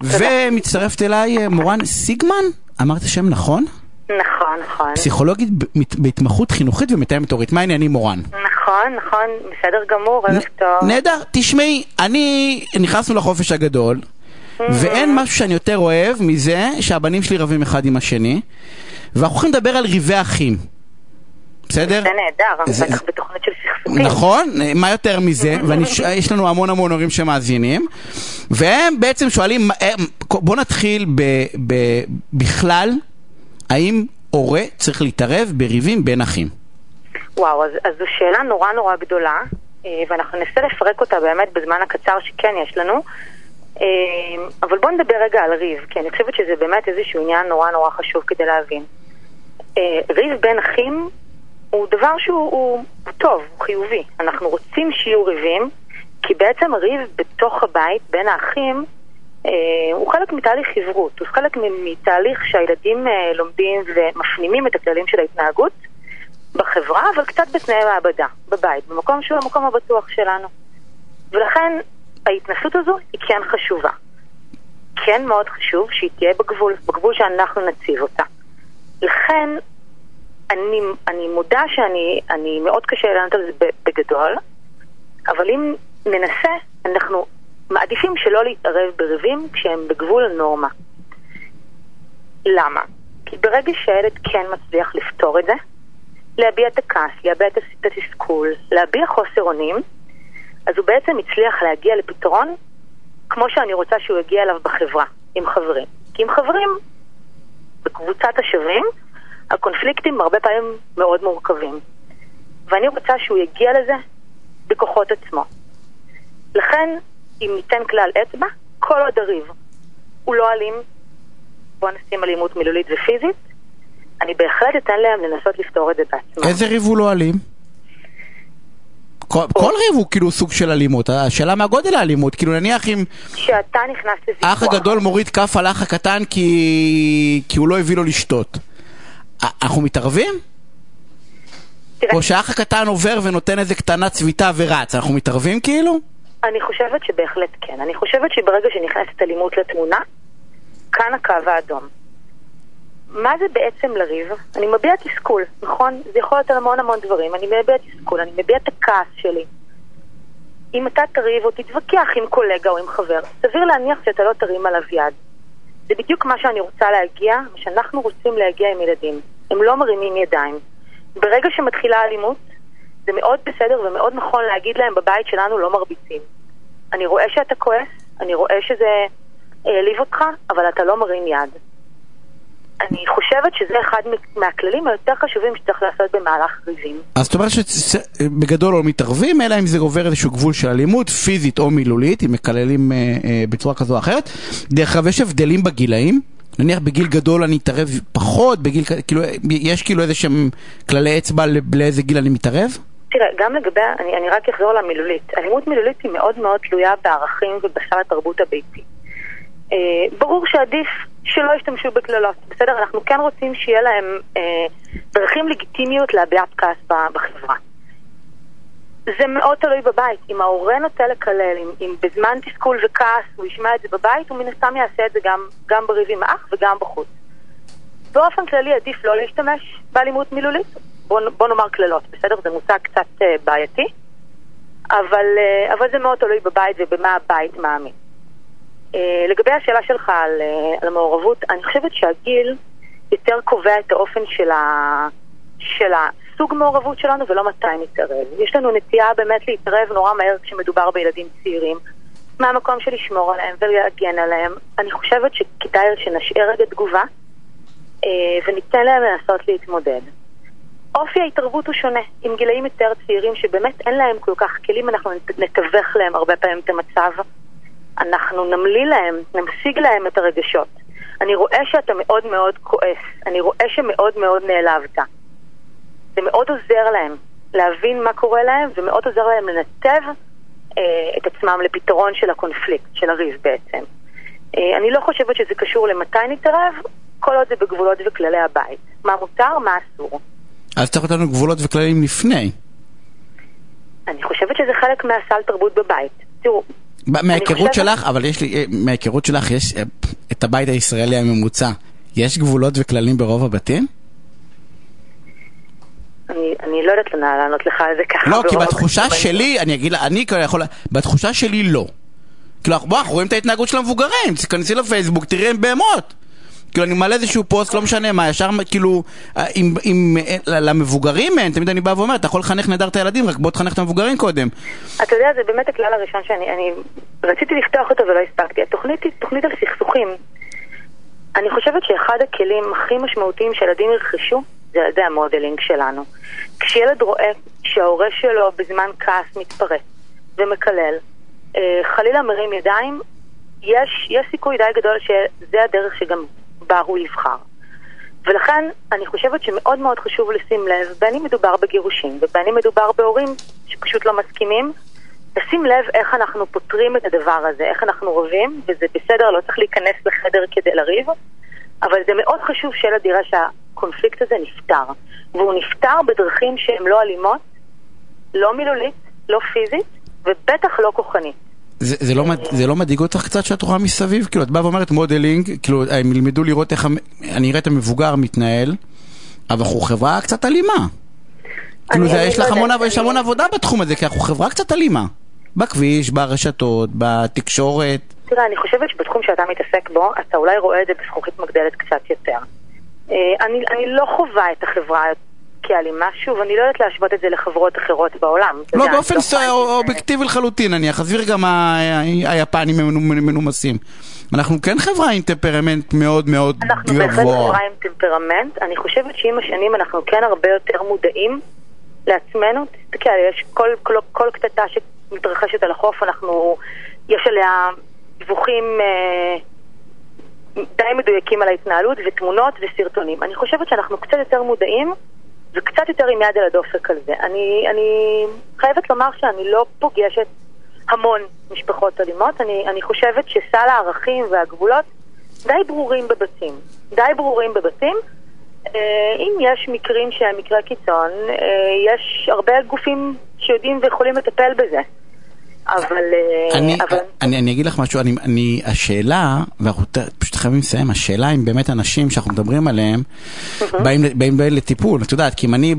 ומצטרפת אליי מורן סיגמן, אמרת השם נכון? נכון, נכון. פסיכולוגית בהתמחות חינוכית ומתאמת הורית. מה העניינים מורן? נכון, נכון, בסדר גמור, ערב טוב. נהדר, תשמעי, נכנסנו לחופש הגדול, ואין משהו שאני יותר אוהב מזה שהבנים שלי רבים אחד עם השני, ואנחנו יכולים לדבר על ריבי אחים. בסדר? זה נהדר, בטח בתוכנית של סכסוכים. נכון, מה יותר מזה, ויש לנו המון הורים שמאזינים, והם בעצם שואלים, בוא נתחיל בכלל, האם הורה צריך להתערב בריבים בין אחים? וואו, אז זו שאלה נורא נורא גדולה, ואנחנו ננסה לפרק אותה באמת בזמן הקצר שכן יש לנו, אבל בוא נדבר רגע על ריב, כי אני חושבת שזה באמת איזשהו עניין נורא נורא חשוב כדי להבין. ריב בין אחים הוא דבר שהוא טוב, הוא חיובי. אנחנו רוצים שיהיו ריבים, כי בעצם הריב בתוך הבית בין האחים הוא חלק מתהליך חברות, הוא חלק מתהליך שהילדים לומדים ומפנימים את הכללים של ההתנהגות בחברה, אבל קצת בתנאי מעבדה, בבית, במקום שהוא המקום הבטוח שלנו. ולכן ההתנסות הזו היא כן חשובה. כן מאוד חשוב שהיא תהיה בגבול שאנחנו נציב אותה. לכן אני מודה שאני מאוד קשה לענות על זה בגדול, אבל אם ננסה, אנחנו מעדיפים שלא להתערב בריבים כשהם בגבול הנורמה. למה? כי ברגע שהילד כן מצליח לפתור את זה, להביע את הכעס, להביע את התסכול, להביע חוסר אונים, אז הוא בעצם הצליח להגיע לפתרון כמו שאני רוצה שהוא יגיע אליו בחברה, עם חברים. כי עם חברים, בקבוצת השווים, הקונפליקטים הרבה פעמים מאוד מורכבים. ואני רוצה שהוא יגיע לזה בכוחות עצמו. לכן, אם ניתן כלל אצבע, כל עוד הריב הוא לא אלים, בוא נשים אלימות מילולית ופיזית, אני בהחלט אתן להם לנסות לפתור את זה בעצמם. איזה ריב הוא לא אלים? כל ריב הוא כאילו סוג של אלימות. השאלה מה גודל האלימות, כאילו נניח אם שאתה נכנס לוויכוח, האח הגדול מוריד כף על האח הקטן כי הוא לא הביא לו לשתות, אנחנו מתערבים? או שהאח הקטן עובר ונותן איזה קטנה צביטה ורץ, אנחנו מתערבים כאילו? אני חושבת שבהחלט כן. אני חושבת שברגע שנכנסת אלימות לתמונה, כאן הקו האדום. מה זה בעצם לריב? אני מביע תסכול, נכון? זה יכול להיות על המון דברים. אני מביע תסכול, אני מביע את הכעס שלי. אם אתה תריב או תתווכח עם קולגה או עם חבר, סביר להניח שאתה לא תרים עליו יד. זה בדיוק מה שאני רוצה להגיע, מה שאנחנו רוצים להגיע עם ילדים. הם לא מרימים ידיים. ברגע שמתחילה האלימות, זה מאוד בסדר ומאוד נכון להגיד להם בבית שלנו לא מרביצים. אני רואה שאתה כועס, אני רואה שזה העליב אותך, אבל אתה לא מרים יד. אני חושבת שזה אחד מהכללים היותר חשובים שצריך לעשות במהלך ריבים. אז זאת אומרת שבגדול לא מתערבים, אלא אם זה עובר איזשהו גבול של אלימות, פיזית או מילולית, אם מקללים בצורה כזו או אחרת. דרך אגב, יש הבדלים בגילאים? נניח בגיל גדול אני מתערב פחות, כאילו, יש כאילו איזה שהם כללי אצבע לאיזה גיל אני מתערב? תראה, גם לגבי, אני רק אחזור למילולית. אלימות מילולית היא מאוד מאוד תלויה בערכים ובסל התרבות הביתי. ברור שעדיף שלא ישתמשו בכללות, בסדר? אנחנו כן רוצים שיהיה להם דרכים לגיטימיות להביעת כעס בחברה. זה מאוד תלוי בבית. אם ההורה נוטה לקלל, אם בזמן תסכול וכעס הוא ישמע את זה בבית, הוא מן הסתם יעשה את זה גם בריב עם האח וגם בחוץ. באופן כללי עדיף לא להשתמש באלימות מילולית, בוא נאמר כללות, בסדר? זה מושג קצת בעייתי, אבל זה מאוד תלוי בבית ובמה הבית מאמין. לגבי השאלה שלך על המעורבות, אני חושבת שהגיל יותר קובע את האופן של הסוג מעורבות שלנו ולא מתי נתערב. יש לנו נטייה באמת להתערב נורא מהר כשמדובר בילדים צעירים, מהמקום של לשמור עליהם ולהגן עליהם. אני חושבת שכדאי שנשאר רגע תגובה וניתן להם לנסות להתמודד. אופי ההתערבות הוא שונה. עם גילאים יותר צעירים שבאמת אין להם כל כך כלים, אנחנו נתווך להם הרבה פעמים את המצב, אנחנו נמליל להם, נמשיג להם את הרגשות. אני רואה שאתה מאוד מאוד כועס, אני רואה שמאוד מאוד נעלבת. זה מאוד עוזר להם להבין מה קורה להם, ומאוד עוזר להם לנתב את עצמם לפתרון של הקונפליקט, של הריב בעצם. אני לא חושבת שזה קשור למתי נתערב, כל עוד זה בגבולות וכללי הבית. מה מותר, מה אסור. אז צריך אותנו גבולות וכללים לפני. אני חושבת שזה חלק מהסל תרבות בבית. תראו, מההיכרות שלך, אבל יש לי, מההיכרות שלך יש את הבית הישראלי הממוצע. יש גבולות וכללים ברוב הבתים? אני לא יודעת לענות לך על זה ככה. לא, כי בתחושה שלי, אני אגיד לה, אני יכול, בתחושה שלי לא. כאילו, אנחנו רואים את ההתנהגות של המבוגרים, תכנסי לפייסבוק, תראי הם בהמות. כאילו, אני מעלה איזשהו פוסט, לא משנה מה, ישר, כאילו, למבוגרים אין, תמיד אני בא ואומר, אתה יכול לחנך נהדר את הילדים, רק בוא תחנך את המבוגרים קודם. אתה יודע, זה באמת הכלל הראשון שאני רציתי לפתוח אותו ולא הספקתי. התוכנית היא תוכנית על סכסוכים. אני חושבת שאחד הכלים הכי משמעותיים שילדים ירכשו, זה המודלינג שלנו. כשילד רואה שההורה שלו בזמן כעס מתפרץ ומקלל, חלילה מרים ידיים, יש סיכוי די גדול שזה הדרך שגם בה הוא יבחר. ולכן אני חושבת שמאוד מאוד חשוב לשים לב, בין אם מדובר בגירושים ובין אם מדובר בהורים שפשוט לא מסכימים, לשים לב איך אנחנו פותרים את הדבר הזה, איך אנחנו רבים, וזה בסדר, לא צריך להיכנס לחדר כדי לריב, אבל זה מאוד חשוב שילד יראה שהקונפליקט הזה נפתר, והוא נפתר בדרכים שהן לא אלימות, לא מילולית, לא פיזית, ובטח לא כוחנית. זה לא מדאיג אותך קצת שאת רואה מסביב? כאילו, את באה ואומרת מודלינג, כאילו, הם ילמדו לראות איך אני אראה את המבוגר מתנהל, אבל אנחנו חברה קצת אלימה. כאילו, יש לך המון עבודה בתחום הזה, כי אנחנו חברה קצת אלימה. בכביש, ברשתות, בתקשורת. תראה, אני חושבת שבתחום שאתה מתעסק בו, אתה אולי רואה את זה בזכוכית מגדלת קצת יותר. אני לא חווה את החברה כאלימה, שוב, אני לא יודעת להשוות את זה לחברות אחרות בעולם. לא, באופן אובייקטיבי לחלוטין, אני אחזיר גם היפנים מנומסים. אנחנו כן חברה עם טמפרמנט מאוד מאוד גבוה. אנחנו בהחלט חברה עם טמפרמנט. אני חושבת שעם השנים אנחנו כן הרבה יותר מודעים לעצמנו. תסתכל, יש כל קטטה שמתרחשת על החוף, יש עליה דיווחים די מדויקים על ההתנהלות ותמונות וסרטונים. אני חושבת שאנחנו קצת יותר מודעים וקצת יותר עם יד על הדופק על זה. אני חייבת לומר שאני לא פוגשת המון משפחות אלימות. אני חושבת שסל הערכים והגבולות די ברורים בבתים. אם יש מקרים שהם מקרה קיצון, יש הרבה גופים שיודעים ויכולים לטפל בזה. אבל אני אגיד לך משהו, השאלה, ואנחנו פשוט חייבים לסיים, השאלה אם באמת אנשים שאנחנו מדברים עליהם באים לטיפול, את יודעת, כי אם אני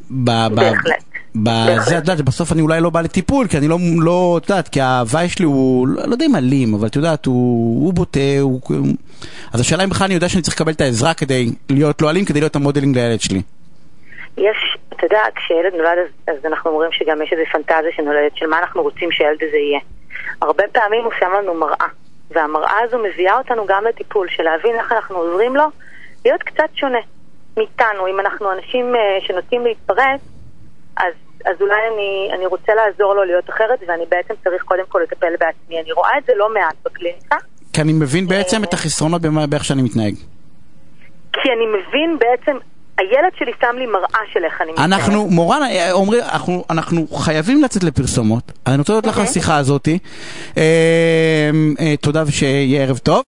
בזה, את יודעת, בסוף אני אולי לא בא לטיפול, כי אני לא, את יודעת, כי ההוואי שלי הוא לא די מלים, אבל את יודעת, הוא בוטה, אז השאלה אם בכלל אני יודע שאני צריך לקבל את העזרה כדי להיות לא אלים, כדי להיות המודלינג לילד שלי. אתה יודע, כשילד נולד, אז אנחנו אומרים שגם יש איזו פנטזיה שנולדת של מה אנחנו רוצים שהילד הזה יהיה. הרבה פעמים הוא שם לנו מראה, והמראה הזו מביאה אותנו גם לטיפול, של להבין איך אנחנו עוזרים לו להיות קצת שונה מאיתנו. אם אנחנו אנשים שנוטים להתפרץ, אז אולי אני רוצה לעזור לו להיות אחרת, ואני בעצם צריך קודם כל לטפל בעצמי. אני רואה את זה לא מעט בקליניקה. כי אני מבין בעצם את החסרונות באיך שאני מתנהג. כי אני מבין בעצם... הילד שלי שם לי מראה של איך אני מתנהג. אנחנו חייבים לצאת לפרסומות. אני רוצה לדעת לך על השיחה הזאת. תודה ושיהיה ערב טוב.